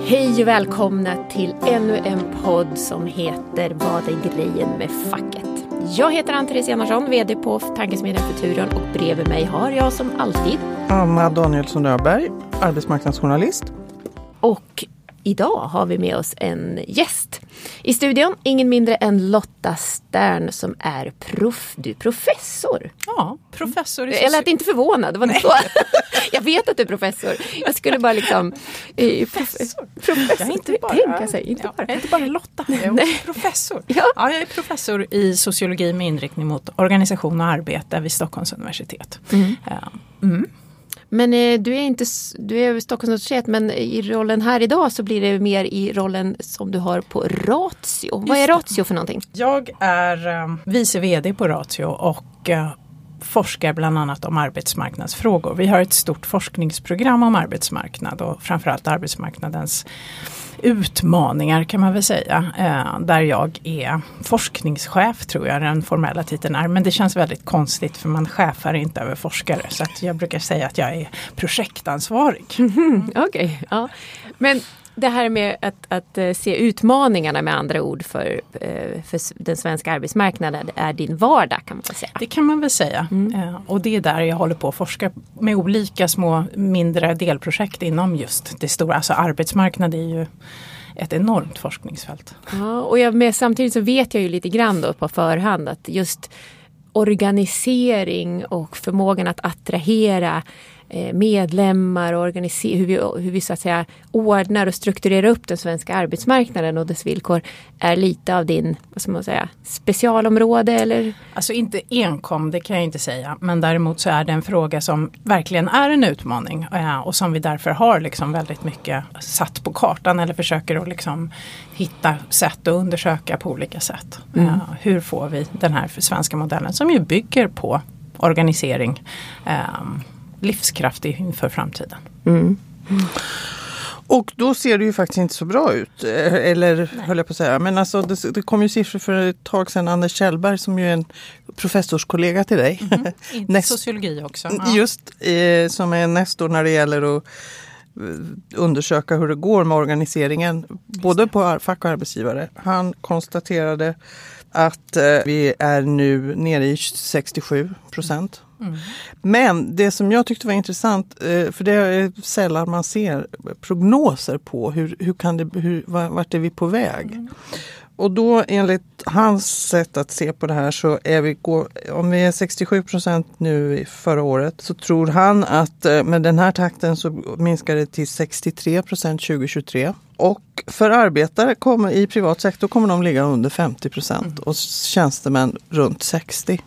Hej och välkomna till ännu en podd som heter Vad är grejen med facket? Jag heter Ann-Therese Enarsson, vd på Tankesmedjan Futuron, och bredvid mig har jag som alltid Anna Danielsson Öberg, arbetsmarknadsjournalist. Och idag har vi med oss en gäst i studion, ingen mindre än Lotta Stern som är professor. Ja, professor. Jag lät inte förvånad, var det så? Jag vet att du är professor. Jag skulle bara liksom... Professor. Jag är inte bara... Tänka sig, Jag är inte bara Lotta, jag är professor. Ja. Ja, jag är professor i sociologi med inriktning mot organisation och arbete vid Stockholms universitet. Men du är Stockholms universitet, men i rollen här idag så blir det mer i rollen som du har på Ratio. Vad är Ratio för någonting? Jag är vice vd på Ratio och forskar bland annat om arbetsmarknadsfrågor. Vi har ett stort forskningsprogram om arbetsmarknad och framförallt arbetsmarknadens utmaningar kan man väl säga. Där jag är forskningschef, tror jag den formella titeln är. Men det känns väldigt konstigt för man chefar inte över forskare. Så att jag brukar säga att jag är projektansvarig. Okej, ja. Men det här med att se utmaningarna med andra ord för den svenska arbetsmarknaden är din vardag, kan man väl säga. Det kan man väl säga. Och det är där jag håller på att forska med olika små mindre delprojekt inom just det stora. Alltså arbetsmarknad är ju ett enormt forskningsfält. Ja, och samtidigt så vet jag ju lite grann då på förhand att just organisering och förmågan att attrahera medlemmar och hur vi så att säga ordnar och strukturerar upp den svenska arbetsmarknaden och dess villkor är lite av din, vad ska man säga, specialområde eller? Alltså inte enkom, det kan jag inte säga, men däremot så är det en fråga som verkligen är en utmaning och som vi därför har liksom väldigt mycket satt på kartan eller försöker att liksom hitta sätt och undersöka på olika sätt. Hur får vi den här svenska modellen som ju bygger på organisering livskraftig inför framtiden. Och då ser det ju faktiskt inte så bra ut. Eller höll jag på att säga. Men alltså det kom ju siffror för ett tag sedan. Anders Kjellberg som ju är en professorskollega till dig. Sociologi också. Ja. Just, som är nästor när det gäller att undersöka hur det går med organiseringen. Både på fack och arbetsgivare. Han konstaterade att vi är nu nere i 67%. Men det som jag tyckte var intressant, för det är sällan man ser prognoser på vart är vi på väg. Och då enligt hans sätt att se på det här så om vi är 67% nu förra året så tror han att med den här takten så minskar det till 63% 2023. Och för arbetare i privat sektor kommer de ligga under 50% och tjänstemän runt 60%.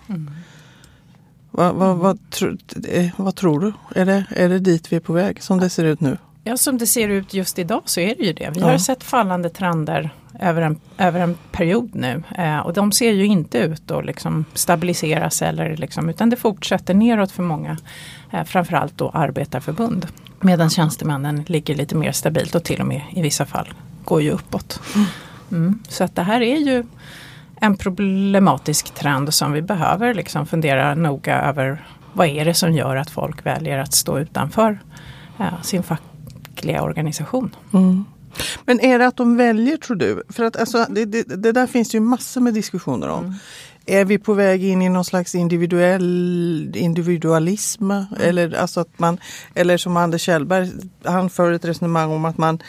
Vad tror du? Är det dit vi är på väg som det ser ut nu? Ja, som det ser ut just idag så är det ju det. Vi har sett fallande trender över en period nu. Och de ser ju inte ut att liksom stabiliseras utan det fortsätter neråt för många. Framförallt då arbetarförbund. Medan tjänstemännen ligger lite mer stabilt och till och med i vissa fall går ju uppåt. Så att det här är ju en problematisk trend som vi behöver liksom fundera noga över. Vad är det som gör att folk väljer att stå utanför sin fackliga organisation? Men är det att de väljer, tror du? För att alltså, det där finns det ju massor med diskussioner om. Är vi på väg in i någon slags individualism? Eller, alltså eller som Anders Kjellberg, han för ett resonemang om att man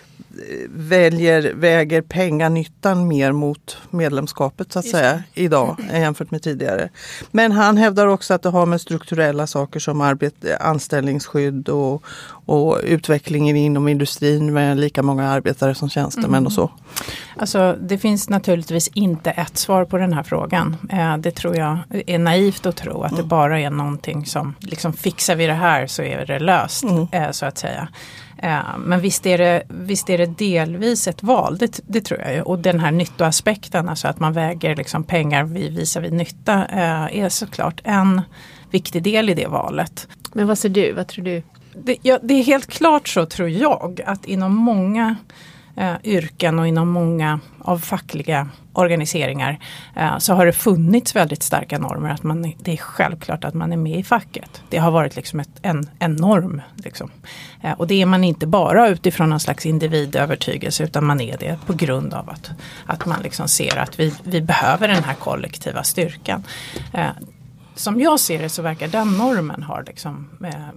väger penganyttan mer mot medlemskapet så att säga idag jämfört med tidigare. Men han hävdar också att det har med strukturella saker som anställningsskydd och utvecklingen inom industrin med lika många arbetare som tjänstemän och så. Alltså det finns naturligtvis inte ett svar på den här frågan. Det tror jag är naivt att tro att det bara är någonting som liksom fixar vi det här så är det löst så att säga. Men visst är det delvis ett val, det tror jag ju. Och den här nyttoaspekten, alltså att man väger liksom pengar visar vid nytta, är såklart en viktig del i det valet. Men vad säger du? Vad tror du? Det är helt klart så, tror jag, att inom många yrken och inom många av fackliga organiseringar så har det funnits väldigt starka normer att det är självklart att man är med i facket. Det har varit liksom en norm. Liksom. Och det är man inte bara utifrån någon slags individövertygelse utan man är det på grund av att man liksom ser att vi behöver den här kollektiva styrkan. Som jag ser det så verkar den normen ha liksom,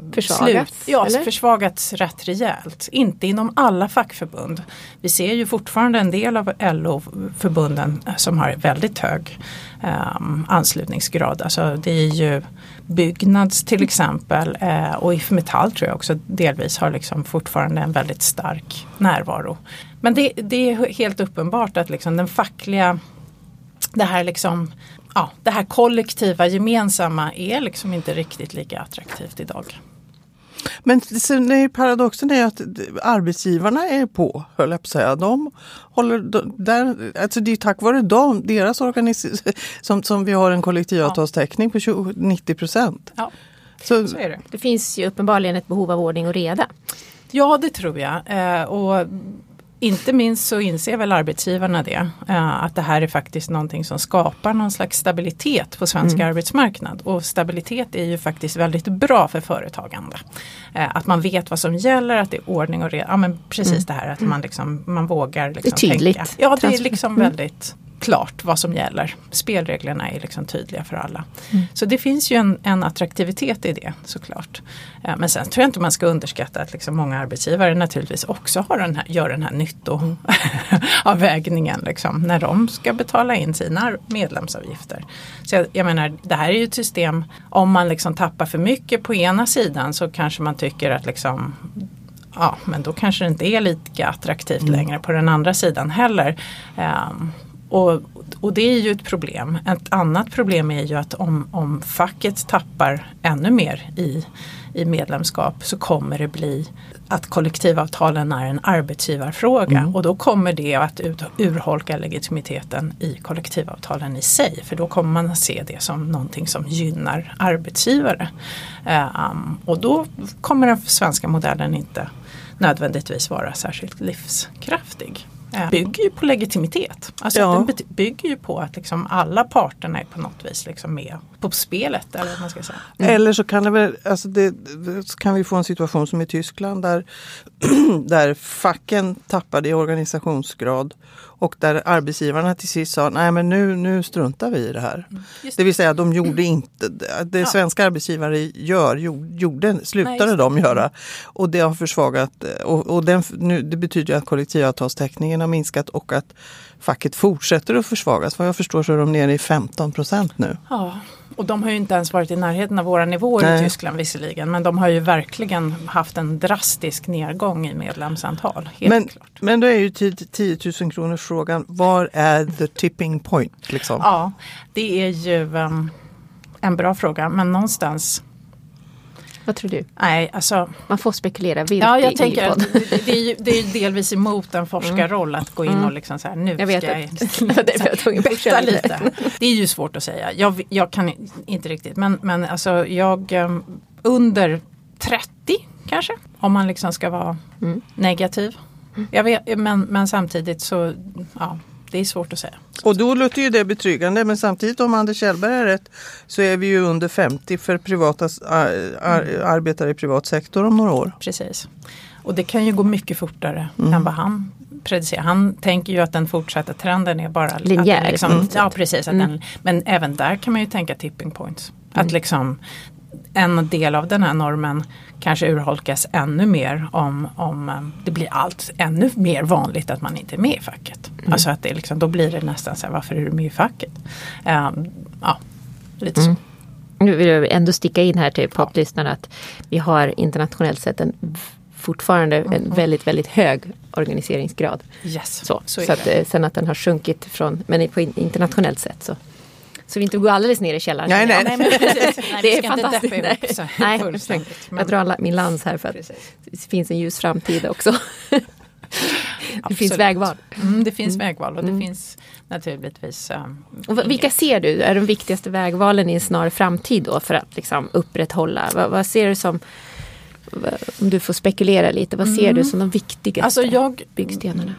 försvagats rätt rejält. Inte inom alla fackförbund. Vi ser ju fortfarande en del av LO-förbunden som har väldigt hög anslutningsgrad. Alltså det är ju Byggnads till exempel och IF Metall tror jag också delvis har liksom fortfarande en väldigt stark närvaro. Men det är helt uppenbart att liksom den fackliga, det här kollektiva gemensamma är liksom inte riktigt lika attraktivt idag. Men paradoxen är att arbetsgivarna är på, höll jag på att säga. De håller där, alltså det är tack vare deras organisation som vi har en kollektivavtalstäckning på 90%. Ja, så är det. Det finns ju uppenbarligen ett behov av ordning och reda. Ja, det tror jag. Och inte minst så inser väl arbetsgivarna det. Att det här är faktiskt någonting som skapar någon slags stabilitet på svensk arbetsmarknad. Och stabilitet är ju faktiskt väldigt bra för företagande. Att man vet vad som gäller, att det är ordning och reda. Ja, men precis det här att man vågar liksom det är tydligt. Tänka. Ja, det är liksom väldigt klart vad som gäller. Spelreglerna är liksom tydliga för alla. Så det finns ju en attraktivitet i det såklart. Men sen tror jag inte man ska underskatta att liksom många arbetsgivare naturligtvis också gör den här nyttoavvägningen liksom, när de ska betala in sina medlemsavgifter. Så jag menar, det här är ju ett system, om man liksom tappar för mycket på ena sidan så kanske man tycker att liksom, ja, men då kanske det inte är lika attraktivt längre på den andra sidan heller. Och det är ju ett problem. Ett annat problem är ju att om facket tappar ännu mer i medlemskap så kommer det bli att kollektivavtalen är en arbetsgivarfråga. Och då kommer det att urholka legitimiteten i kollektivavtalen i sig. För då kommer man att se det som någonting som gynnar arbetsgivare. Och då kommer den svenska modellen inte nödvändigtvis vara särskilt livskraftig. Bygger ju på legitimitet. Alltså det bygger ju på att liksom alla parterna är på något vis liksom med på spelet. Eller vad man ska säga. Eller så kan så kan vi få en situation som i Tyskland där facken tappade i organisationsgrad och där arbetsgivarna till sist sa nej men nu struntar vi i det här. Det vill säga de gjorde inte det svenska arbetsgivare slutade de göra och det har försvagat och det betyder att kollektivavtalstäckningen har minskat och att facket fortsätter att försvagas. Vad jag förstår så är de nere i 15% nu. Ja, och de har ju inte ens varit i närheten av våra nivåer i Tyskland visserligen. Men de har ju verkligen haft en drastisk nedgång i medlemsantal. Men då är ju 10 000 kronors frågan. Var är the tipping point? Liksom? Ja, det är ju en bra fråga. Men någonstans... Vad tror du? Nej, alltså... Man får spekulera vilt. Ja, jag tänker att det är delvis emot en forskarroll att gå in och liksom så här, nu jag vet ska jag betta lite. Det är ju svårt att säga. Jag kan inte riktigt. Men alltså jag under 30 kanske. Om man liksom ska vara negativ. Jag vet, men samtidigt så, ja... Det är svårt att säga. Och då låter ju det betryggande, men samtidigt om Anders Kjellberg är rätt så är vi ju under 50 för privata arbetare i privat sektor om några år. Precis. Och det kan ju gå mycket fortare än vad han predicerar. Han tänker ju att den fortsatta trenden är bara... linjär. Liksom, ja, precis. Men även där kan man ju tänka tipping points. Att liksom en del av den här normen kanske urholkas ännu mer om det blir ännu mer vanligt att man inte är med i facket. Alltså att det liksom, då blir det nästan så här, varför är du med i facket? Ja, lite så. Nu vill jag ändå sticka in här till poddlyssnarna att vi har internationellt sett fortfarande en väldigt, väldigt hög organiseringsgrad. Yes, så att sen att den har sjunkit men på internationellt sätt så vi inte går alldeles ner i källaren. Nej. Men precis. Det är fantastiskt. Nej, jag drar min lans här för att det finns en ljus framtid också. Det finns vägval. Det finns vägval och det finns naturligtvis... vilka ser du är de viktigaste vägvalen i en snar framtid då för att liksom upprätthålla? Vad ser du som Om du får spekulera lite, vad ser du som de viktigaste byggstenarna?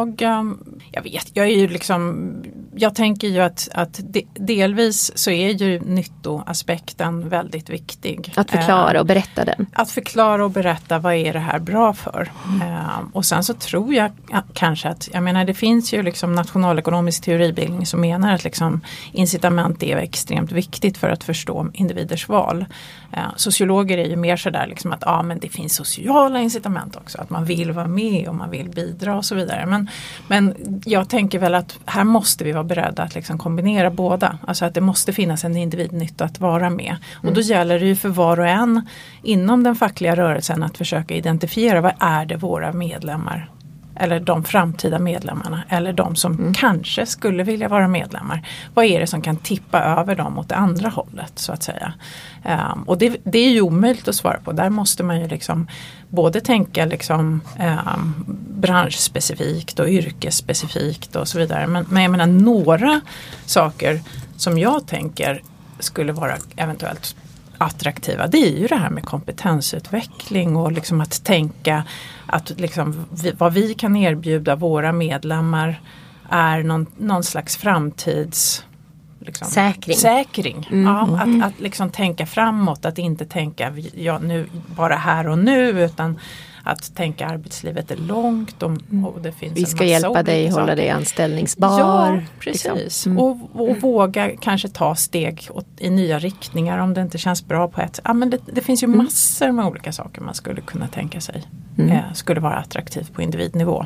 Jag tänker ju att delvis så är ju nyttoaspekten väldigt viktig. Att förklara och berätta den. Att förklara och berätta vad är det här bra för. Och sen så tror jag kanske att, jag menar det finns ju liksom nationalekonomisk teoribildning som menar att liksom incitament är extremt viktigt för att förstå individers val. Sociologer är ju mer sådär liksom att men det finns sociala incitament också. Att man vill vara med och man vill bidra och så vidare. Men jag tänker väl att här måste vi vara beredda att liksom kombinera båda. Alltså att det måste finnas en individnytta att vara med. Och då gäller det ju för var och en inom den fackliga rörelsen att försöka identifiera vad är det våra medlemmar eller de framtida medlemmarna eller de som kanske skulle vilja vara medlemmar. Vad är det som kan tippa över dem åt det andra hållet så att säga. Och det är ju omöjligt att svara på. Där måste man ju liksom både tänka liksom, branschspecifikt och yrkesspecifikt och så vidare. Men jag menar några saker som jag tänker skulle vara eventuellt attraktiva, det är ju det här med kompetensutveckling och liksom att tänka att liksom vad vi kan erbjuda våra medlemmar är någon slags framtids liksom, säkring. Att liksom tänka framåt, att inte tänka nu bara här och nu utan att tänka arbetslivet är långt och det finns vi ska hjälpa dig hålla dig anställningsbar. Ja, precis. Liksom. Och våga kanske ta steg i nya riktningar om det inte känns bra på ett. Ja, men det finns ju massor med olika saker man skulle kunna tänka sig skulle vara attraktivt på individnivå.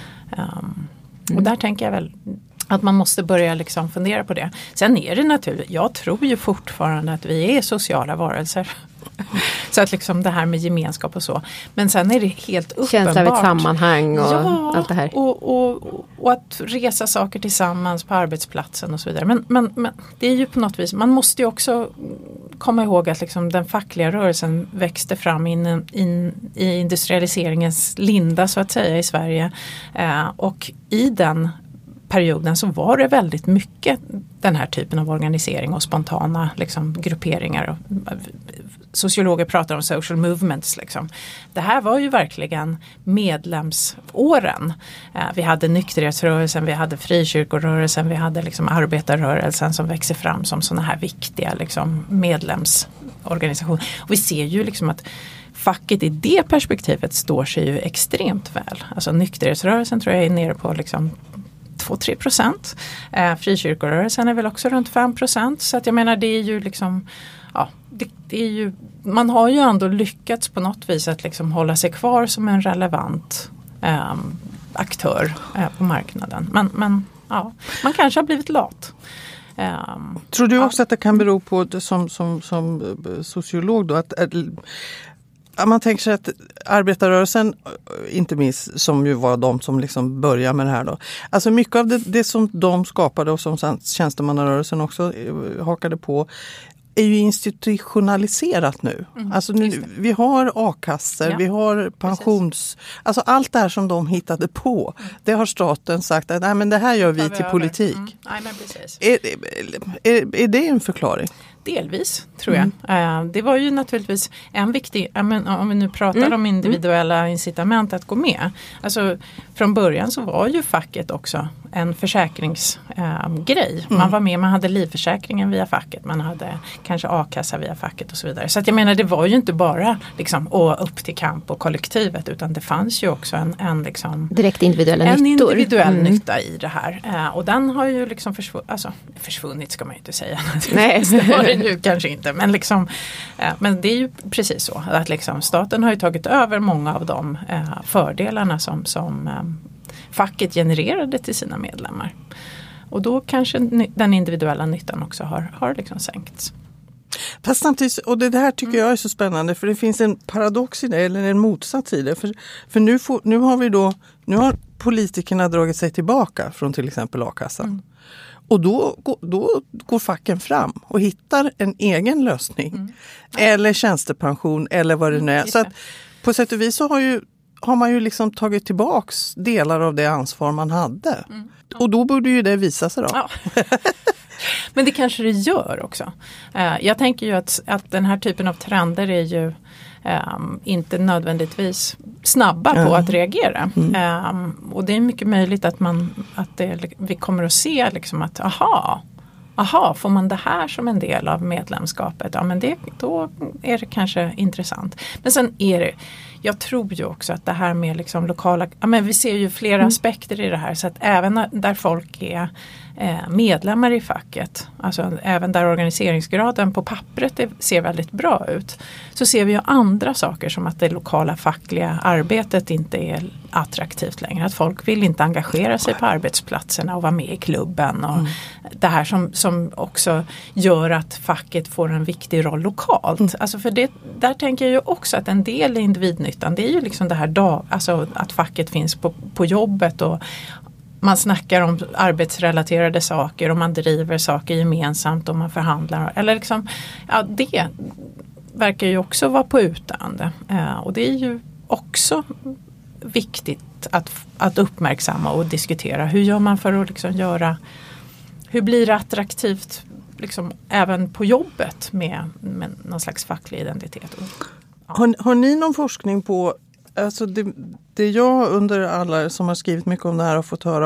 Och där tänker jag väl att man måste börja liksom fundera på det. Sen är det naturligt, jag tror ju fortfarande att vi är sociala varelser. Så att liksom det här med gemenskap och så. Men sen är det helt uppenbart. Känsla av ett sammanhang och allt det här. Och att resa saker tillsammans på arbetsplatsen och så vidare. Men det är ju på något vis, man måste ju också komma ihåg att liksom den fackliga rörelsen växte fram i industrialiseringens linda så att säga i Sverige. Och i den perioden så var det väldigt mycket den här typen av organisering och spontana liksom, grupperingar. Sociologer pratar om social movements. Liksom. Det här var ju verkligen medlemsåren. Vi hade nykterhetsrörelsen, vi hade frikyrkorörelsen, vi hade liksom, arbetarrörelsen som växer fram som sådana här viktiga liksom, medlemsorganisationer. Och vi ser ju liksom att facket i det perspektivet står sig ju extremt väl. Alltså nykterhetsrörelsen tror jag är nere på liksom 2-3%. Frikyrkorörelsen är väl också runt 5%. Så att jag menar det är ju liksom, ja, det är ju, man har ju ändå lyckats på något vis att liksom hålla sig kvar som en relevant aktör på marknaden. Men ja, man kanske har blivit lat. Tror du också att det kan bero på det som sociolog då att man tänker sig att arbetarrörelsen, inte minst som ju var de som liksom började med det här då. Alltså mycket av det som de skapade och som tjänstemannarörelsen också hakade på är ju institutionaliserat nu. Alltså nu, vi har a-kassor, vi har pensions... Alltså allt det här som de hittade på, det har staten sagt att nej, men det här gör vi till politik. Nej, men precis. Är det en förklaring? Delvis, tror jag. Det var ju naturligtvis en viktig, om vi nu pratar om individuella incitament att gå med. Alltså från början så var ju facket också en försäkringsgrej. Man var med, man hade livförsäkringen via facket, man hade kanske a-kassa via facket och så vidare. Så att jag menar, det var ju inte bara liksom, upp till kamp och kollektivet, utan det fanns ju också en liksom, direkt individuella nyttor. En individuell nytta i det här. Och den har ju liksom försvunnit ska man ju inte säga. Nej, det var det ju kanske inte. Men, liksom, men det är ju precis så att liksom, staten har ju tagit över många av de fördelarna som facket genererade till sina medlemmar. Och då kanske den individuella nyttan också har liksom sänkts. Fast samtidigt, och det här tycker jag är så spännande, för det finns en paradox i det, eller en motsats i det. För nu har politikerna dragit sig tillbaka från till exempel a-kassan. Och då går facken fram och hittar en egen lösning. Eller tjänstepension eller vad det nu är. Så att på sätt och vis så har man ju liksom tagit tillbaks delar av det ansvar man hade. Och då borde ju det visa sig då. Ja. Men det kanske det gör också. Jag tänker ju att den här typen av trender är ju inte nödvändigtvis snabba på att reagera. Och det är mycket möjligt att vi kommer att se liksom att aha, får man det här som en del av medlemskapet? Ja, men då är det kanske intressant. Men sen är det, jag tror ju också att det här med liksom lokala, men vi ser ju flera aspekter i det här, så att även där folk är medlemmar i facket, alltså även där organiseringsgraden på pappret ser väldigt bra ut, så ser vi ju andra saker som att det lokala fackliga arbetet inte är attraktivt längre. Att folk vill inte engagera sig på arbetsplatserna och vara med i klubben och det här som också gör att facket får en viktig roll lokalt. Alltså för där tänker jag ju också att en del i individnyttan, det är ju liksom det här alltså att facket finns på jobbet och man snackar om arbetsrelaterade saker och man driver saker gemensamt och man förhandlar. Eller liksom, ja, det verkar ju också vara på utdöende. Och det är ju också viktigt att uppmärksamma och diskutera. Hur gör man för att liksom hur blir det attraktivt liksom även på jobbet med någon slags facklig identitet? Ja. Har ni någon forskning på, alltså det jag under alla som har skrivit mycket om det här har fått höra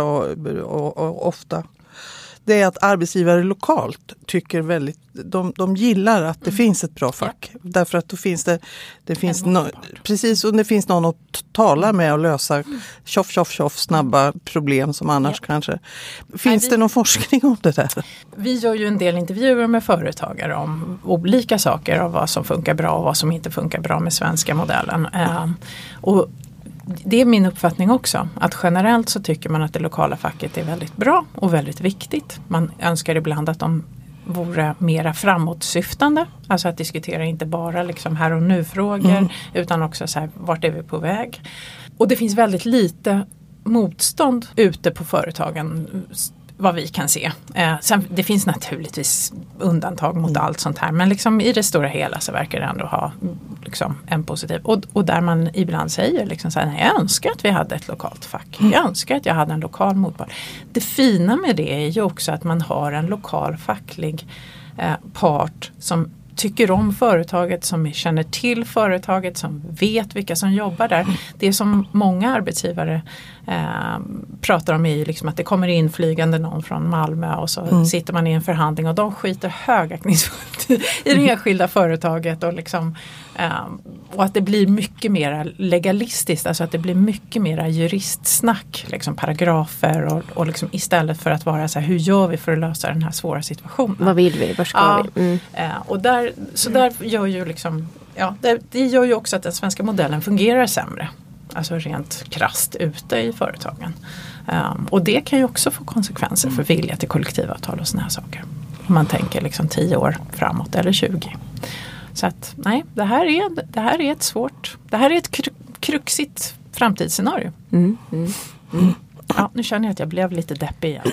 och ofta, det är att arbetsgivare lokalt tycker de gillar att det finns ett bra fack. Ja. Därför att då finns det finns precis, och det finns någon att tala med och lösa tjoff snabba problem som annars kanske. Finns det någon forskning om det där? Vi gör ju en del intervjuer med företagare om olika saker av vad som funkar bra och vad som inte funkar bra med svenska modellen. Och det är min uppfattning också, att generellt så tycker man att det lokala facket är väldigt bra och väldigt viktigt. Man önskar ibland att de vore mera framåtsyftande, alltså att diskutera inte bara liksom här och nu-frågor utan också så här, vart är vi på väg? Och det finns väldigt lite motstånd ute på företagen, vad vi kan se. Sen, det finns naturligtvis undantag mot allt sånt här, men liksom i det stora hela så verkar det ändå ha liksom en positiv. Och där man ibland säger liksom så här, nej, jag önskar att vi hade ett lokalt fack. Jag önskar att jag hade en lokal motpart. Det fina med det är ju också att man har en lokal facklig part som tycker om företaget, som känner till företaget, som vet vilka som jobbar där. Det som många arbetsgivare pratar om är liksom att det kommer in flygande någon från Malmö och så sitter man i en förhandling och de skiter högaktningsfullt i det enskilda företaget och liksom och att det blir mycket mer legalistiskt, alltså att det blir mycket mer juristsnack, liksom paragrafer och liksom istället för att vara så här, hur gör vi för att lösa den här svåra situationen? Vad vill vi? Var ska vi? Och där gör ju liksom, det gör ju också att den svenska modellen fungerar sämre. Alltså rent krasst ute i företagen. Och det kan ju också få konsekvenser för vilja till kollektivavtal och såna här saker. Om man tänker liksom 10 år framåt eller 20. Så att nej, det här är ett kruxigt framtidsscenario. Ja, nu känner jag att jag blev lite deppig igen.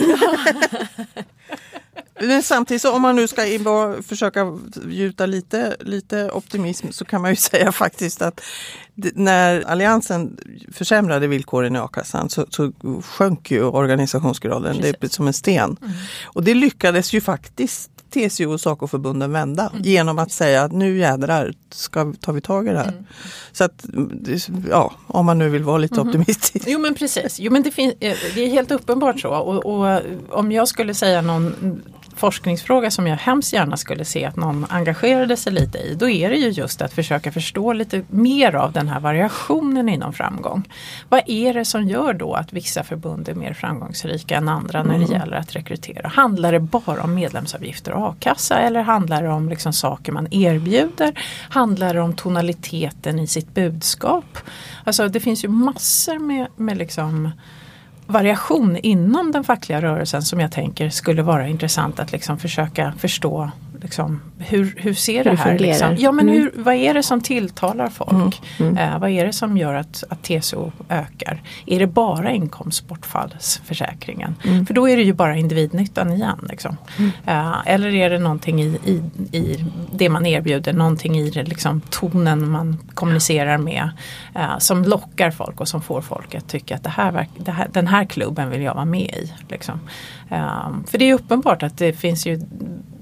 Men samtidigt så om man nu ska försöka gjuta lite optimism så kan man ju säga faktiskt att när Alliansen försämrade villkoren i a-kassan så sjönk ju organisationsgraden. Precis. Det är som en sten. Och det lyckades ju faktiskt TCO och SACO-förbunden vända genom att säga att nu jädrar tar vi tag i det här. Så att, om man nu vill vara lite optimistisk. Jo men precis, men det är helt uppenbart så och om jag skulle säga någon forskningsfråga som jag hemskt gärna skulle se att någon engagerade sig lite i, då är det ju just att försöka förstå lite mer av den här variationen inom framgång. Vad är det som gör då att vissa förbund är mer framgångsrika än andra när det gäller att rekrytera? Handlar det bara om medlemsavgifter och a-kassa eller handlar det om liksom saker man erbjuder? Handlar det om tonaliteten i sitt budskap? Alltså det finns ju massor med liksom variation inom den fackliga rörelsen som jag tänker skulle vara intressant att liksom försöka förstå liksom, hur ser det här liksom? Ja, men vad är det som tilltalar folk? Vad är det som gör att TCO ökar? Är det bara inkomstbortfallsförsäkringen? För då är det ju bara individnyttan igen liksom. Eller är det någonting i det man erbjuder, någonting i det, liksom, tonen man kommunicerar med som lockar folk och som får folk att tycka att den här klubben vill jag vara med i liksom. För det är uppenbart att det finns ju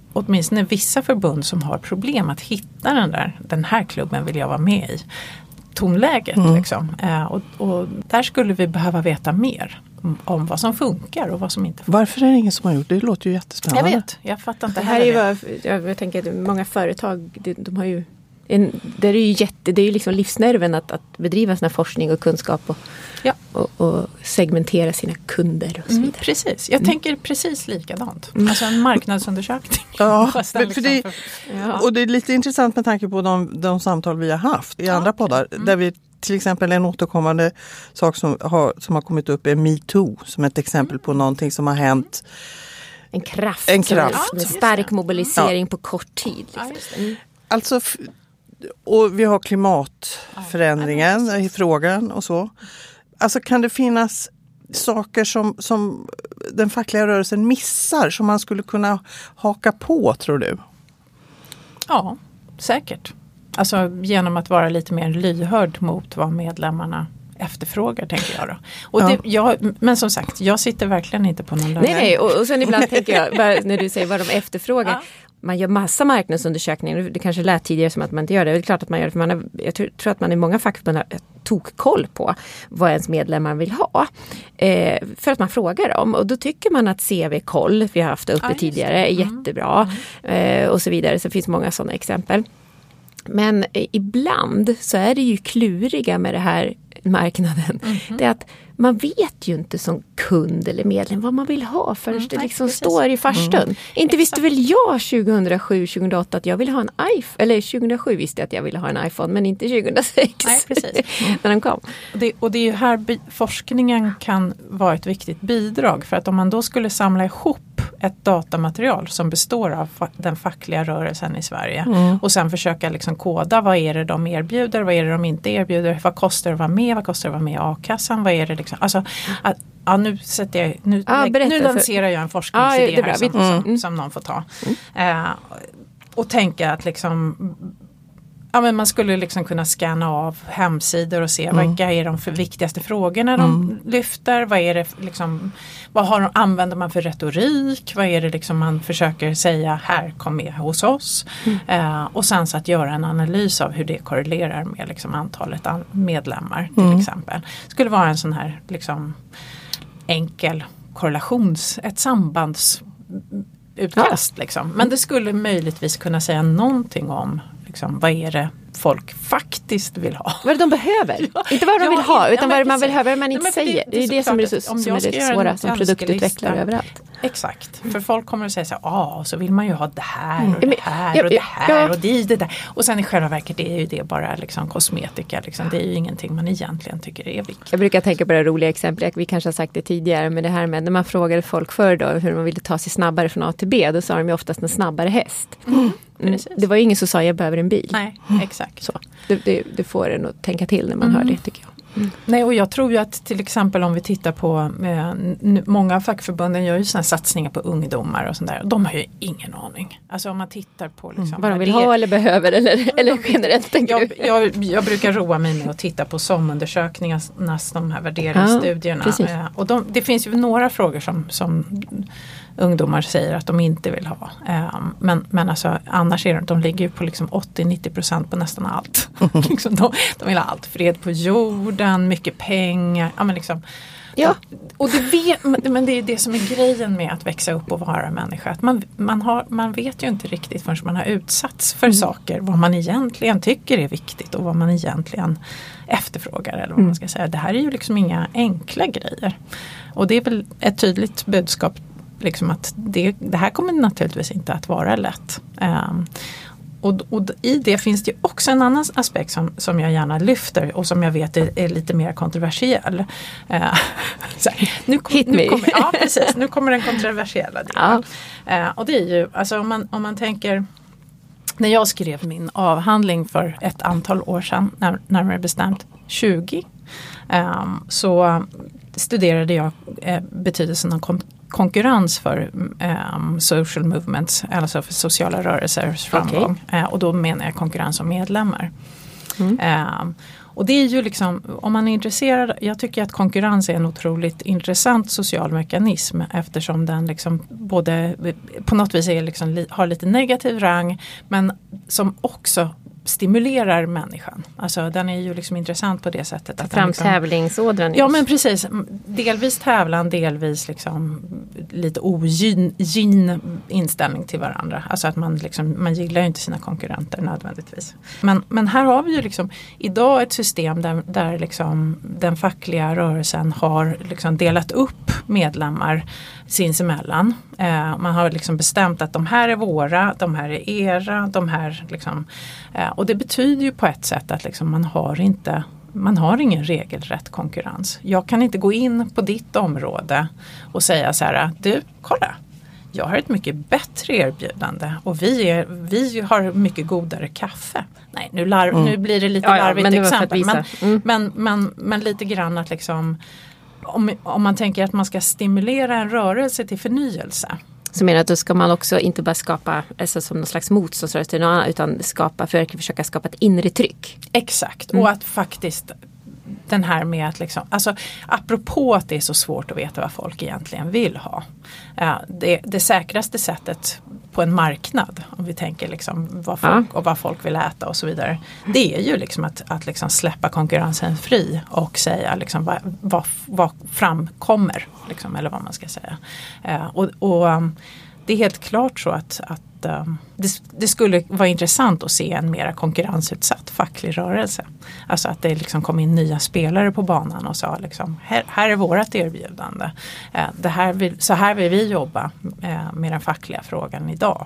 åtminstone vissa förbund som har problem att hitta den här klubben vill jag vara med i. Tonläget liksom. Och där skulle vi behöva veta mer om vad som funkar och vad som inte funkar. Varför är det ingen som har gjort det? Det låter ju jättespännande. Jag vet, jag fattar inte det här är ju jag tänker att många företag, de har ju det är ju liksom livsnerven att bedriva sån här forskning och kunskap och segmentera sina kunder och så vidare. Precis, jag tänker precis likadant. Alltså en marknadsundersökning. Ja, och det är lite intressant med tanke på de samtal vi har haft i andra poddar. Där vi till exempel en återkommande sak som har kommit upp är MeToo som ett exempel på någonting som har hänt. En kraft. En stark mobilisering på kort tid. Liksom. Alltså, och vi har klimatförändringen i frågan och så. Alltså kan det finnas saker som den fackliga rörelsen missar som man skulle kunna haka på, tror du? Ja, säkert. Alltså genom att vara lite mer lyhörd mot vad medlemmarna efterfrågar, tänker jag då. Och men som sagt, jag sitter verkligen inte på någon lögn. Nej, och sen ibland tänker jag, när du säger vad de efterfrågar. Ja. Man gör massa marknadsundersökningar. Det kanske lät tidigare som att man inte gör det. Det är klart att man gör det. För jag tror att man i många fackförbund har koll på vad ens medlemmar vill ha. För att man frågar dem. Och då tycker man att CV-koll, vi har haft det uppe tidigare, är jättebra. Och så vidare. Så det finns många sådana exempel. Men ibland så är det ju kluriga med det här marknaden. Det är att man vet ju inte som kund eller medlem vad man vill ha förrän det liksom står i farstun. Inte visste väl jag 2007-2008 att jag ville ha en iPhone. Eller 2007 visste jag att jag ville ha en iPhone, men inte 2006. Nej, precis. När den kom. Och det är ju här forskningen kan vara ett viktigt bidrag. För att om man då skulle samla ihop ett datamaterial som består av den fackliga rörelsen i Sverige och sen försöka liksom koda vad är det de erbjuder, vad är det de inte erbjuder, vad kostar det att vara med, vad kostar det att vara med i a-kassan, vad är det liksom, alltså nu lanserar jag en forskningsidé här som någon får ta och tänka att liksom men man skulle liksom kunna scanna av hemsidor och se vilka är de för viktigaste frågorna de lyfter, vad är det liksom, använder man för retorik, vad är det liksom man försöker säga, här kom med hos oss och sen så att göra en analys av hur det korrelerar med liksom antalet medlemmar till exempel. Det skulle vara en sån här liksom enkel ett sambandsutkast liksom. Men det skulle möjligtvis kunna säga någonting om liksom, vad är det folk faktiskt vill ha. Vad är det de behöver? Inte vad de vill ha, utan vad man vill ha, vad man inte säger. Det är det som är det svåra som produktutvecklare överallt. Exakt, för folk kommer att säga så här, så vill man ju ha det här och det här och det här och det där. Och sen i själva verket är ju det bara liksom kosmetika. Liksom. Det är ju ingenting man egentligen tycker är viktigt. Jag brukar tänka på det roliga exemplet, vi kanske har sagt det tidigare, men det här med när man frågade folk förr då hur man ville ta sig snabbare från A till B, då sa de ju oftast en snabbare häst. Det var ju ingen som sa jag behöver en bil. Nej, exakt. Så. Det får en att tänka till när man hör det, tycker jag. Nej, och jag tror ju att till exempel om vi tittar på många fackförbunden gör ju sådana satsningar på ungdomar och sånt där. De har ju ingen aning. Alltså om man tittar på liksom, vad de vill ha eller behöver eller generellt. Jag brukar roa mig med att titta på SOM-undersökningarnas de här värderingsstudierna. Och det finns ju några frågor som ungdomar säger att de inte vill ha. Men alltså, annars är de ligger ju på liksom 80-90% på nästan allt. Liksom de vill ha allt. Fred på jorden, mycket pengar. Ja, men liksom, och men det är det som är grejen med att växa upp och vara människa. Att man vet ju inte riktigt förrän man har utsatts för saker. Vad man egentligen tycker är viktigt och vad man egentligen efterfrågar. Eller vad man ska säga. Det här är ju liksom inga enkla grejer. Och det är väl ett tydligt budskap liksom att det här kommer naturligtvis inte att vara lätt. Och i det finns det ju också en annan aspekt som jag gärna lyfter och som jag vet är lite mer kontroversiell. Nu kommer den kontroversiella delen. Och det är ju, alltså om man tänker, när jag skrev min avhandling för ett antal år sedan, närmare bestämt 20, så studerade jag betydelsen av konkurrens för social movements, alltså för sociala rörelsers framgång. Och då menar jag konkurrens om medlemmar. Och det är ju liksom, om man är intresserad, jag tycker att konkurrens är en otroligt intressant social mekanism eftersom den liksom både på något vis är liksom, har lite negativ rang men som också stimulerar människan. Alltså den är ju liksom intressant på det sättet. Att fram liksom, tävlingsådran. Ja men precis. Delvis tävlan, delvis liksom lite ogin inställning till varandra. Alltså att man gillar ju inte sina konkurrenter nödvändigtvis. Men här har vi ju liksom idag ett system där liksom den fackliga rörelsen har liksom delat upp medlemmar sinsemellan. Man har liksom bestämt att de här är våra, de här är era, de här liksom, och det betyder ju på ett sätt att liksom man har ingen regelrätt konkurrens. Jag kan inte gå in på ditt område och säga så här, du, kolla, jag har ett mycket bättre erbjudande och vi har mycket godare kaffe. Nej, nu blir det lite larvigt men det exempel. Men lite grann att liksom om man tänker att man ska stimulera en rörelse till förnyelse. Så menar att då ska man också inte bara skapa alltså som någon slags motståndsrörelse till någon annan utan försöka skapa ett inre tryck. Exakt, och att faktiskt den här med att liksom, alltså apropå att det är så svårt att veta vad folk egentligen vill ha. Det säkraste sättet på en marknad, om vi tänker liksom vad folk vill äta och så vidare. Det är ju liksom att liksom släppa konkurrensen fri och säga liksom vad framkommer liksom, eller vad man ska säga. Och det är helt klart så att det skulle vara intressant att se en mera konkurrensutsatt facklig rörelse. Alltså att det liksom kom in nya spelare på banan och sa liksom, här är vårat erbjudande. Så här vill vi jobba med den fackliga frågan idag.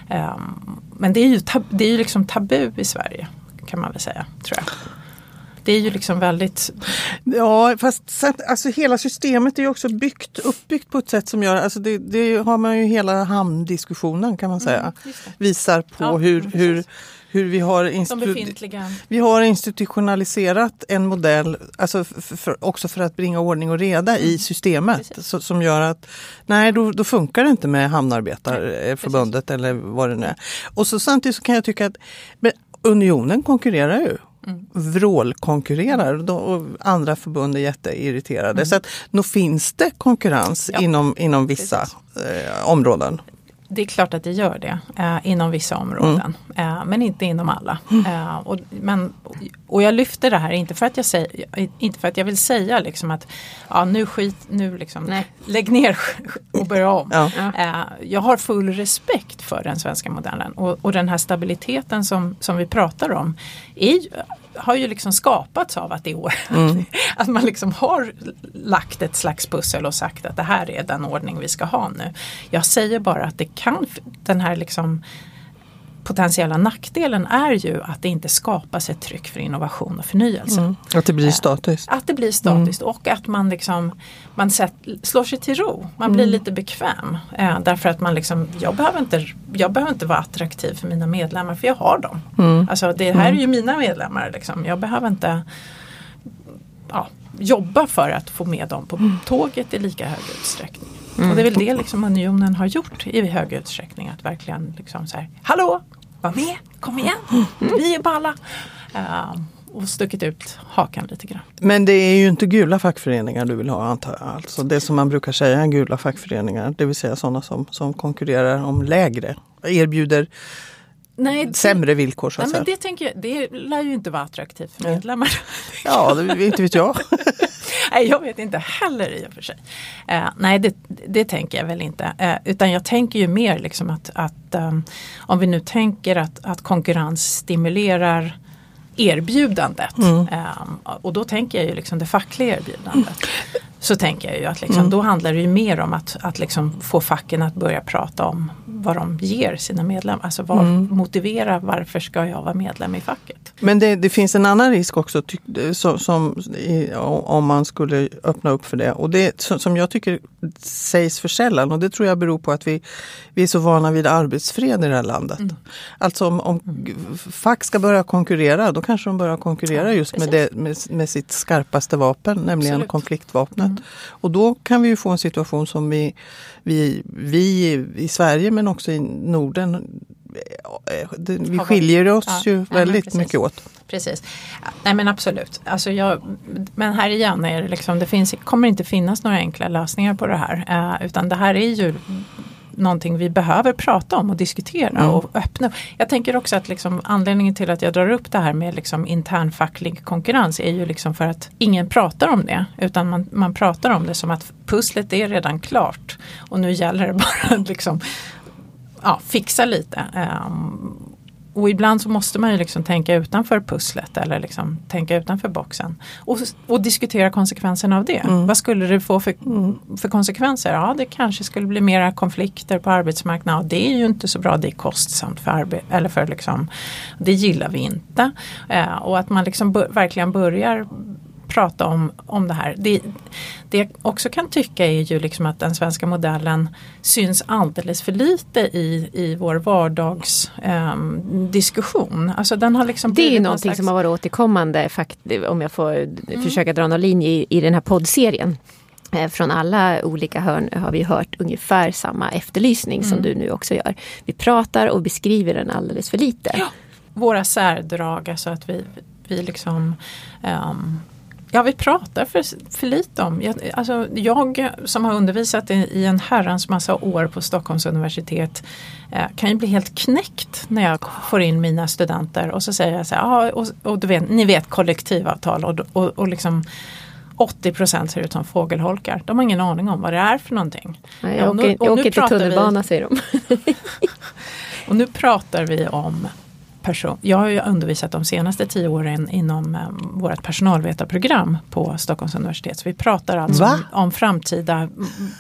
Men det är ju liksom tabu i Sverige kan man väl säga, tror jag. Det är ju liksom väldigt... Ja, fast alltså, hela systemet är ju också uppbyggt på ett sätt som gör... Alltså det har man ju hela hamndiskussionen kan man säga. Visar på hur vi har institutionaliserat en modell alltså också för att bringa ordning och reda i systemet som gör att nej, då funkar det inte med hamnarbetarförbundet eller vad det nu är. Och så samtidigt så kan jag tycka att unionen konkurrerar ju. Vrålkonkurrerar och andra förbund är jätteirriterade. Så att nog finns det konkurrens inom vissa områden. Det är klart att det gör det inom vissa områden, men inte inom alla. Och jag lyfter det här inte för att jag vill säga liksom att nu liksom, lägg ner och börja om. Ja. Jag har full respekt för den svenska modellen och den här stabiliteten som vi pratar om har ju liksom skapats av att att man liksom har lagt ett slags pussel och sagt att det här är den ordning vi ska ha nu. Jag säger bara att den här liksom potentiella nackdelen är ju att det inte skapas ett tryck för innovation och förnyelse. Att det blir statiskt. Att det blir statiskt och att man liksom slår sig till ro. Man blir lite bekväm. Därför att man liksom, jag behöver inte vara attraktiv för mina medlemmar för jag har dem. Alltså det här är ju mina medlemmar liksom. Jag behöver inte jobba för att få med dem på tåget i lika hög utsträckning. Och det är väl det liksom unionen har gjort i hög utsträckning. Att verkligen liksom så här, hallå, var med, kom igen, vi är balla. Och stuckit ut hakan lite grann. Men det är ju inte gula fackföreningar du vill ha antar jag. Alltså det som man brukar säga gula fackföreningar. Det vill säga sådana som konkurrerar om lägre. Erbjuder sämre villkor så att säga. Men det tänker jag, det lär ju inte vara attraktivt för medlemmar. Ja, det inte vet jag. Nej, jag vet inte heller i och för sig. Nej, det tänker jag väl inte. Utan jag tänker ju mer liksom att om vi nu tänker att konkurrens stimulerar erbjudandet. Och då tänker jag ju liksom det fackliga erbjudandet. Så tänker jag ju att liksom, då handlar det ju mer om att liksom få facken att börja prata om vad de ger sina medlemmar. Alltså motivera varför ska jag vara medlem i facket. Men det finns en annan risk också om man skulle öppna upp för det. Och det som jag tycker sägs för sällan och det tror jag beror på att vi är så vana vid arbetsfred i det här landet. Alltså om fack ska börja konkurrera då kanske de börjar konkurrera just med sitt skarpaste vapen, nämligen konfliktvapnet. Och då kan vi ju få en situation som vi i Sverige men också i Norden vi skiljer oss ju väldigt mycket åt. precis. Nej men absolut. Alltså men här igen är det liksom, kommer inte finnas några enkla lösningar på det här. Utan det här är ju någonting vi behöver prata om och diskutera och öppna. Jag tänker också att liksom, anledningen till att jag drar upp det här med liksom, internfacklig konkurrens är ju liksom för att ingen pratar om det. Utan man pratar om det som att pusslet är redan klart. Och nu gäller det bara att liksom, fixa lite. Och ibland så måste man ju liksom tänka utanför pusslet eller liksom tänka utanför boxen. Och diskutera konsekvenserna av det. Vad skulle det få för konsekvenser? Ja, det kanske skulle bli mera konflikter på arbetsmarknaden. Det är ju inte så bra, det är kostsamt för eller för liksom, det gillar vi inte. Och att man liksom verkligen börjar prata om det här. Det jag också kan tycka är ju liksom att den svenska modellen syns alldeles för lite i vår vardagsdiskussion. Alltså den har liksom det är ju någonting som har varit återkommande om jag får försöka dra någon linje i den här poddserien. Från alla olika hörn har vi hört ungefär samma efterlysning som du nu också gör. Vi pratar och beskriver den alldeles för lite. Ja. Våra särdrag, alltså att vi liksom vi pratar för lite om. Jag som har undervisat i en herrans massa år på Stockholms universitet kan ju bli helt knäckt när jag får in mina studenter och så säger jag så här, och du vet, ni vet kollektivavtal och liksom 80% ser ut som fågelholkar. De har ingen aning om vad det är för någonting. Nej, jag åker till tunnelbana, säger de. Och nu pratar vi om jag har ju undervisat de senaste 10 åren inom vårt personalvetarprogram på Stockholms universitet. Så vi pratar alltså om framtida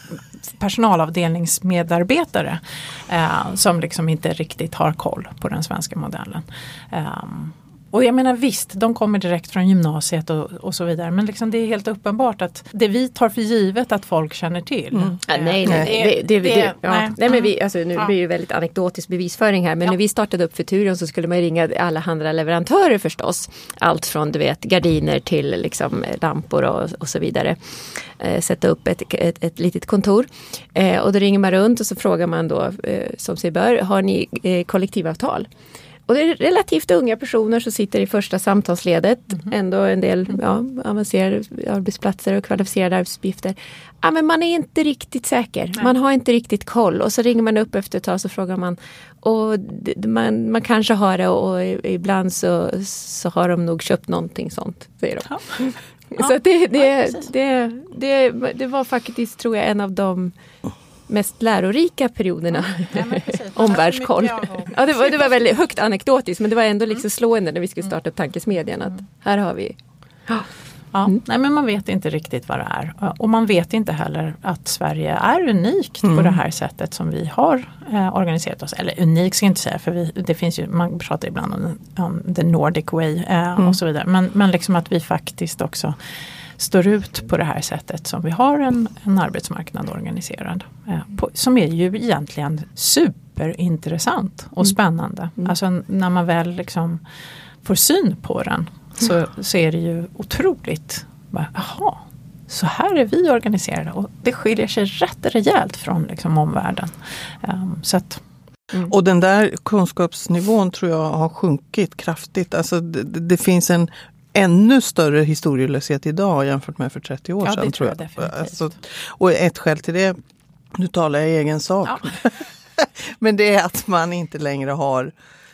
personalavdelningsmedarbetare som liksom inte riktigt har koll på den svenska modellen. Och jag menar visst, de kommer direkt från gymnasiet och så vidare. Men liksom det är helt uppenbart att det vi tar för givet att folk känner till. Nej, men vi, alltså, nu blir det ju väldigt anekdotisk bevisföring här. Men när vi startade upp Futurion så skulle man ringa alla andra leverantörer förstås. Allt från gardiner till liksom, lampor och så vidare. Sätta upp ett litet kontor. Och då ringer man runt och så frågar man då som sig bör, har ni kollektivavtal? Och det är relativt unga personer som sitter i första samtalsledet. Ändå en del avancerade arbetsplatser och kvalificerade arbetsuppgifter. Ja, men man är inte riktigt säker. Nej. Man har inte riktigt koll. Och så ringer man upp efter ett tag så frågar man. Och man kanske har det och ibland så har de nog köpt någonting sånt, säger de. Ja. Så det var faktiskt, tror jag, en av de mest lärorika perioderna. Omvärldskoll. Ja, det var väldigt högt anekdotiskt, men det var ändå liksom slående när vi skulle starta upp Tankesmedjan att här har vi. Nej, men man vet inte riktigt vad det är. Och man vet inte heller att Sverige är unikt på det här sättet som vi har organiserat oss. Eller unikt ska jag inte säga, för det finns ju, man pratar ibland om the Nordic way och så vidare. Men liksom att vi faktiskt också står ut på det här sättet som vi har en arbetsmarknad organiserad. Som är ju egentligen superintressant och spännande. Alltså när man väl liksom får syn på den så är det ju otroligt. Jaha, så här är vi organiserade. Och det skiljer sig rätt rejält från liksom omvärlden. Så att Och den där kunskapsnivån tror jag har sjunkit kraftigt. Alltså det finns en ännu större historielöshet idag jämfört med för 30 år sedan, tror jag. Definitivt. Alltså, och ett skäl till det, nu talar jag i egen sak, men det är att man inte längre har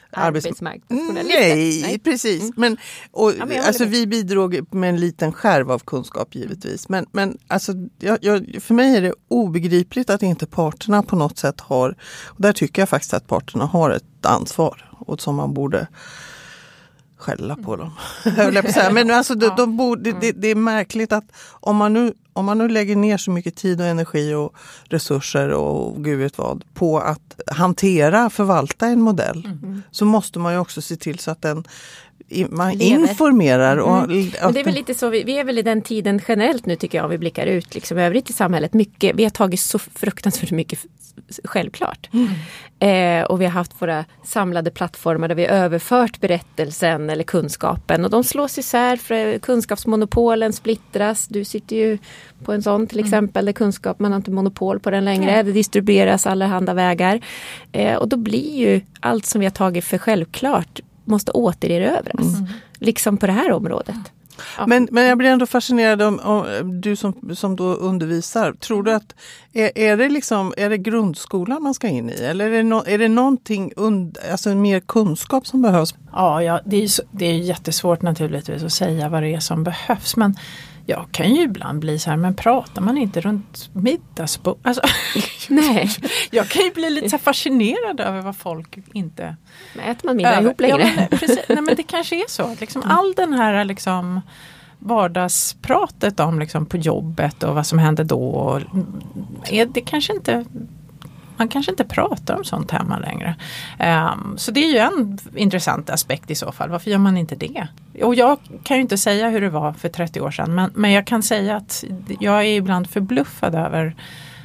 Nej, precis. Men alltså, vi bidrog med en liten skärv av kunskap givetvis. Men alltså, för mig är det obegripligt att inte parterna på något sätt har, och där tycker jag faktiskt att parterna har ett ansvar och som man borde skälla på dem. Men alltså, det är märkligt att om man nu lägger ner så mycket tid och energi och resurser och gud vet vad på att förvalta en modell, så måste man ju också se till så att man informerar. Men det är väl lite så, vi är väl i den tiden generellt nu, tycker jag, om vi blickar ut liksom övrigt i samhället. Vi har tagit så fruktansvärt mycket självklart. Och vi har haft våra samlade plattformar där vi har överfört berättelsen eller kunskapen. Och de slås isär, för kunskapsmonopolen splittras. Du sitter ju på en sån till exempel, där man har inte monopol på den längre. Det distribueras allehanda vägar. Och då blir ju allt som vi har tagit för självklart måste återerövras. Liksom på det här området. Ja. Men jag blir ändå fascinerad om du som då undervisar. Tror du att är det grundskolan man ska in i? Eller är det någonting, alltså mer kunskap som behövs? Ja, det är jättesvårt naturligtvis att säga vad det är som behövs. Men jag kan ju ibland bli så här, men pratar man inte runt middagsbord? Alltså, nej. Jag kan ju bli lite så här fascinerad över vad folk inte... Men äter man middag ihop längre? Ja, precis. Nej, men det kanske är så. Liksom, all den här liksom, vardagspratet om liksom, på jobbet och vad som händer då. Det kanske inte... Man kanske inte pratar om sånt hemma längre. Så det är ju en intressant aspekt i så fall. Varför gör man inte det? Och jag kan ju inte säga hur det var för 30 år sedan. Men jag kan säga att jag är ibland förbluffad över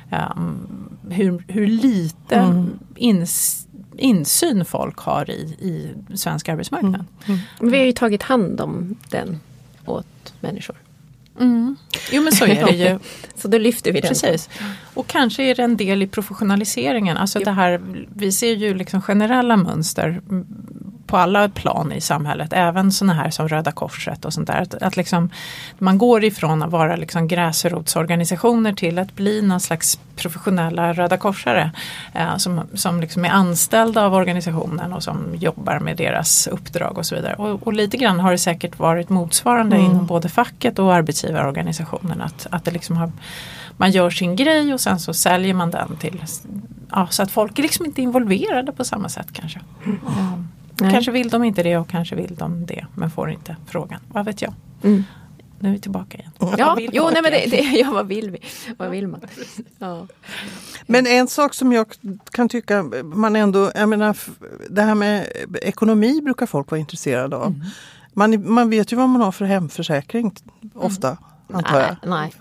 hur lite insyn folk har i svensk arbetsmarknad. Vi har ju tagit hand om den åt människor. Jo, men så är det ju. Så då lyfter vi den. Precis. Och kanske är det en del i professionaliseringen. Alltså det här, vi ser ju liksom generella mönster på alla plan i samhället. Även såna här som Röda Korset och sånt där. Att liksom, man går ifrån att vara liksom gräsrotsorganisationer till att bli någon slags professionella Röda Korsare. Som liksom är anställda av organisationen och som jobbar med deras uppdrag och så vidare. Och lite grann har det säkert varit motsvarande inom både facket och arbetsgivarorganisationen. Att det liksom man gör sin grej och sen så säljer man den till... Ja, så att folk är liksom inte involverade på samma sätt kanske. Kanske vill de inte det och kanske vill de det. Men får inte frågan. Vad vet jag? Nu är vi tillbaka igen. Vad vill vi? Vad vill man? Ja. Men en sak som jag kan tycka man ändå, jag menar, det här med ekonomi brukar folk vara intresserade av. Man vet ju vad man har för hemförsäkring ofta, antar jag. Nej.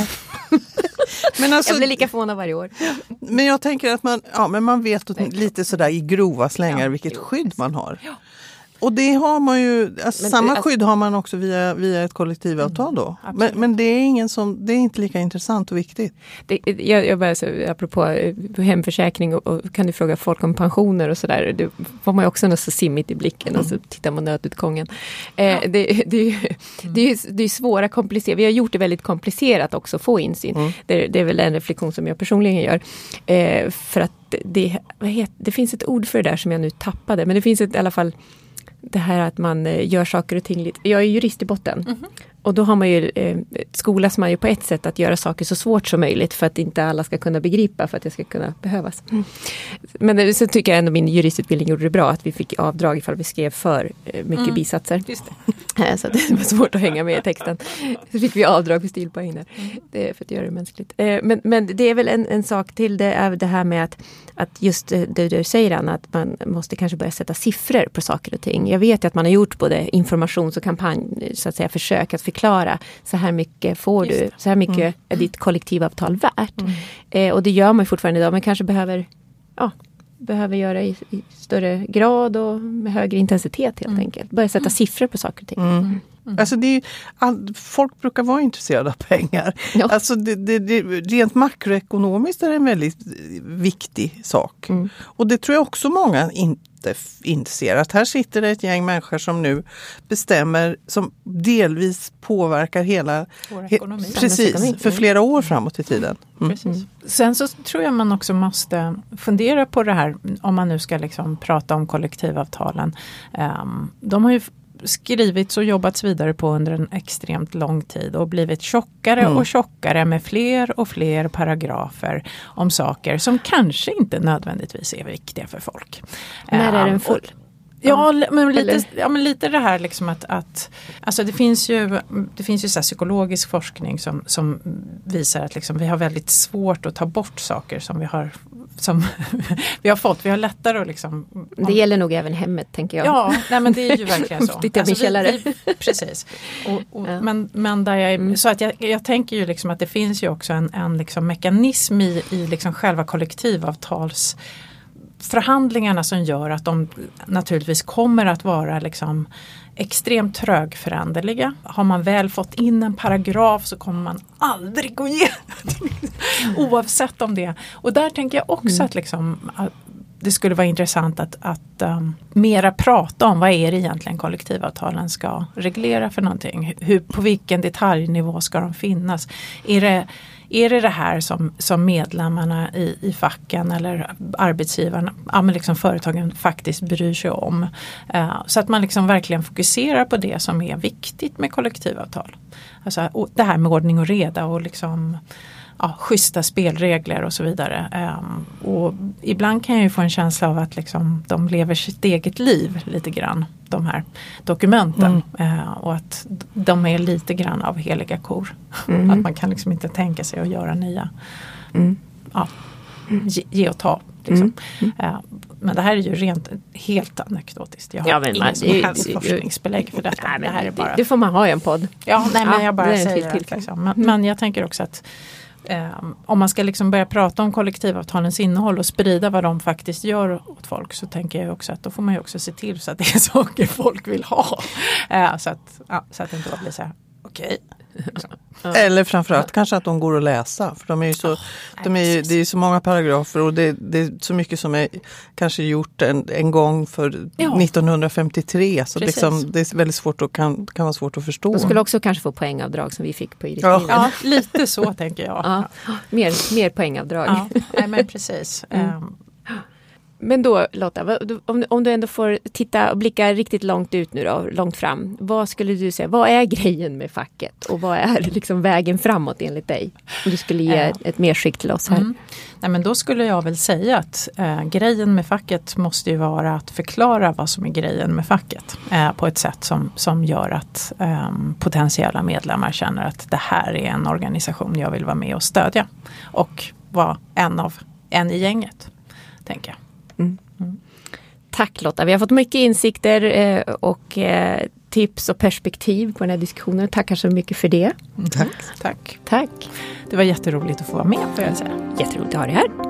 Men alltså, jag blir lika förvånad varje år. Men jag tänker att man vet lite sådär i grova slängar vilket skydd man har. Ja. Och det har man ju, samma skydd har man också via ett kollektivavtal då. Men det är det är inte lika intressant och viktigt. Jag bara så, apropå hemförsäkring och kan du fråga folk om pensioner och sådär. Då får man ju också något så simmigt i blicken och så tittar man nödutgången. Det är svåra komplicerat. Vi har gjort det väldigt komplicerat också att få insyn. Det är väl en reflektion som jag personligen gör. För att det finns ett ord för det där som jag nu tappade. Men det finns i alla fall det här att man gör saker och ting lite. Jag är jurist i botten. Och då har man ju skolas man ju på ett sätt att göra saker så svårt som möjligt för att inte alla ska kunna begripa, för att det ska kunna behövas. Men så tycker jag ändå min juristutbildning gjorde det bra att vi fick avdrag ifall vi skrev för mycket bisatser. Just det. Så det var svårt att hänga med i texten. Så fick vi avdrag för stilpoäng där. Det är för att göra det mänskligt. Men det är väl en sak till, det är det här med att just det du säger, Anna, att man måste kanske börja sätta siffror på saker och ting. Jag vet att man har gjort både informations- och kampanj, så att säga, försök att förklara så här mycket får du, så här mycket är ditt kollektivavtal värt. Och det gör man fortfarande idag, men kanske behöver göra i större grad och med högre intensitet helt enkelt. Börja sätta siffror på saker och ting. Alltså folk brukar vara intresserade av pengar. Ja. Alltså rent makroekonomiskt är det en väldigt viktig sak. Och det tror jag också många inte inser. Att här sitter det ett gäng människor som nu bestämmer, som delvis påverkar hela ekonomi. Precis, för flera år framåt i tiden. Precis. Sen så tror jag man också måste fundera på det här, om man nu ska liksom prata om kollektivavtalen. De har ju skrivits och jobbats vidare på under en extremt lång tid och blivit tjockare och tjockare med fler och fler paragrafer om saker som kanske inte nödvändigtvis är viktiga för folk. När är den full? Men lite det här liksom att alltså det finns ju så här psykologisk forskning som visar att liksom vi har väldigt svårt att ta bort saker som vi har fått. Vi har lättare att liksom... Det gäller nog även hemmet, tänker jag. Ja, nej, men det är ju verkligen så. Titta min källare. Precis. Men där så att jag tänker ju liksom att det finns ju också en liksom mekanism i liksom själva kollektivavtalsförhandlingarna som gör att de naturligtvis kommer att vara liksom extremt trögföränderliga. Har man väl fått in en paragraf så kommer man aldrig gå igenom oavsett om det. Och där tänker jag också att liksom det skulle vara intressant att mera prata om vad är det egentligen kollektivavtalen ska reglera för någonting. På vilken detaljnivå ska de finnas? Är det här som medlemmarna i facken eller arbetsgivarna, liksom företagen faktiskt bryr sig om? Så att man liksom verkligen fokuserar på det som är viktigt med kollektivavtal. Alltså det här med ordning och reda och liksom schyssta spelregler och så vidare. Och ibland kan jag ju få en känsla av att liksom, de lever sitt eget liv lite grann, de här dokumenten. Och att de är lite grann av heliga kor. Att man kan liksom inte tänka sig att göra nya. Ge och ta. Liksom. Men det här är ju helt anekdotiskt. Jag har ingen som helst forskningsbelägg för detta. Nej, men det här är bara... det får man ha i en podd. Ja, nej, men jag bara säger det. Liksom. Men jag tänker också att om man ska liksom börja prata om kollektivavtalens innehåll och sprida vad de faktiskt gör åt folk, så tänker jag också att då får man ju också se till så att det är saker folk vill ha. Så att det inte blir så här, okej. Eller framförallt kanske att de går att läsa, för de är ju så, det är så många paragrafer och det är så mycket som är kanske gjort en gång för 1953, så liksom, det är väldigt svårt och kan vara svårt att förstå. De skulle också kanske få poängavdrag som vi fick på Iris. Ja, lite så tänker jag. Mer poängavdrag. Nej, men precis. Men då Lotta, om du ändå får titta och blicka riktigt långt ut nu då, långt fram. Vad skulle du säga, vad är grejen med facket och vad är liksom vägen framåt enligt dig? Om du skulle ge ett medskick till oss här. Nej, men då skulle jag väl säga att grejen med facket måste ju vara att förklara vad som är grejen med facket. På ett sätt som gör att potentiella medlemmar känner att det här är en organisation jag vill vara med och stödja. Och vara en i gänget, tänker jag. Tack Lotta, vi har fått mycket insikter och tips och perspektiv på den här diskussionen. Tackar så mycket för det. Tack. Det var jätteroligt att få vara med, får jag säga. Jätteroligt att ha dig här.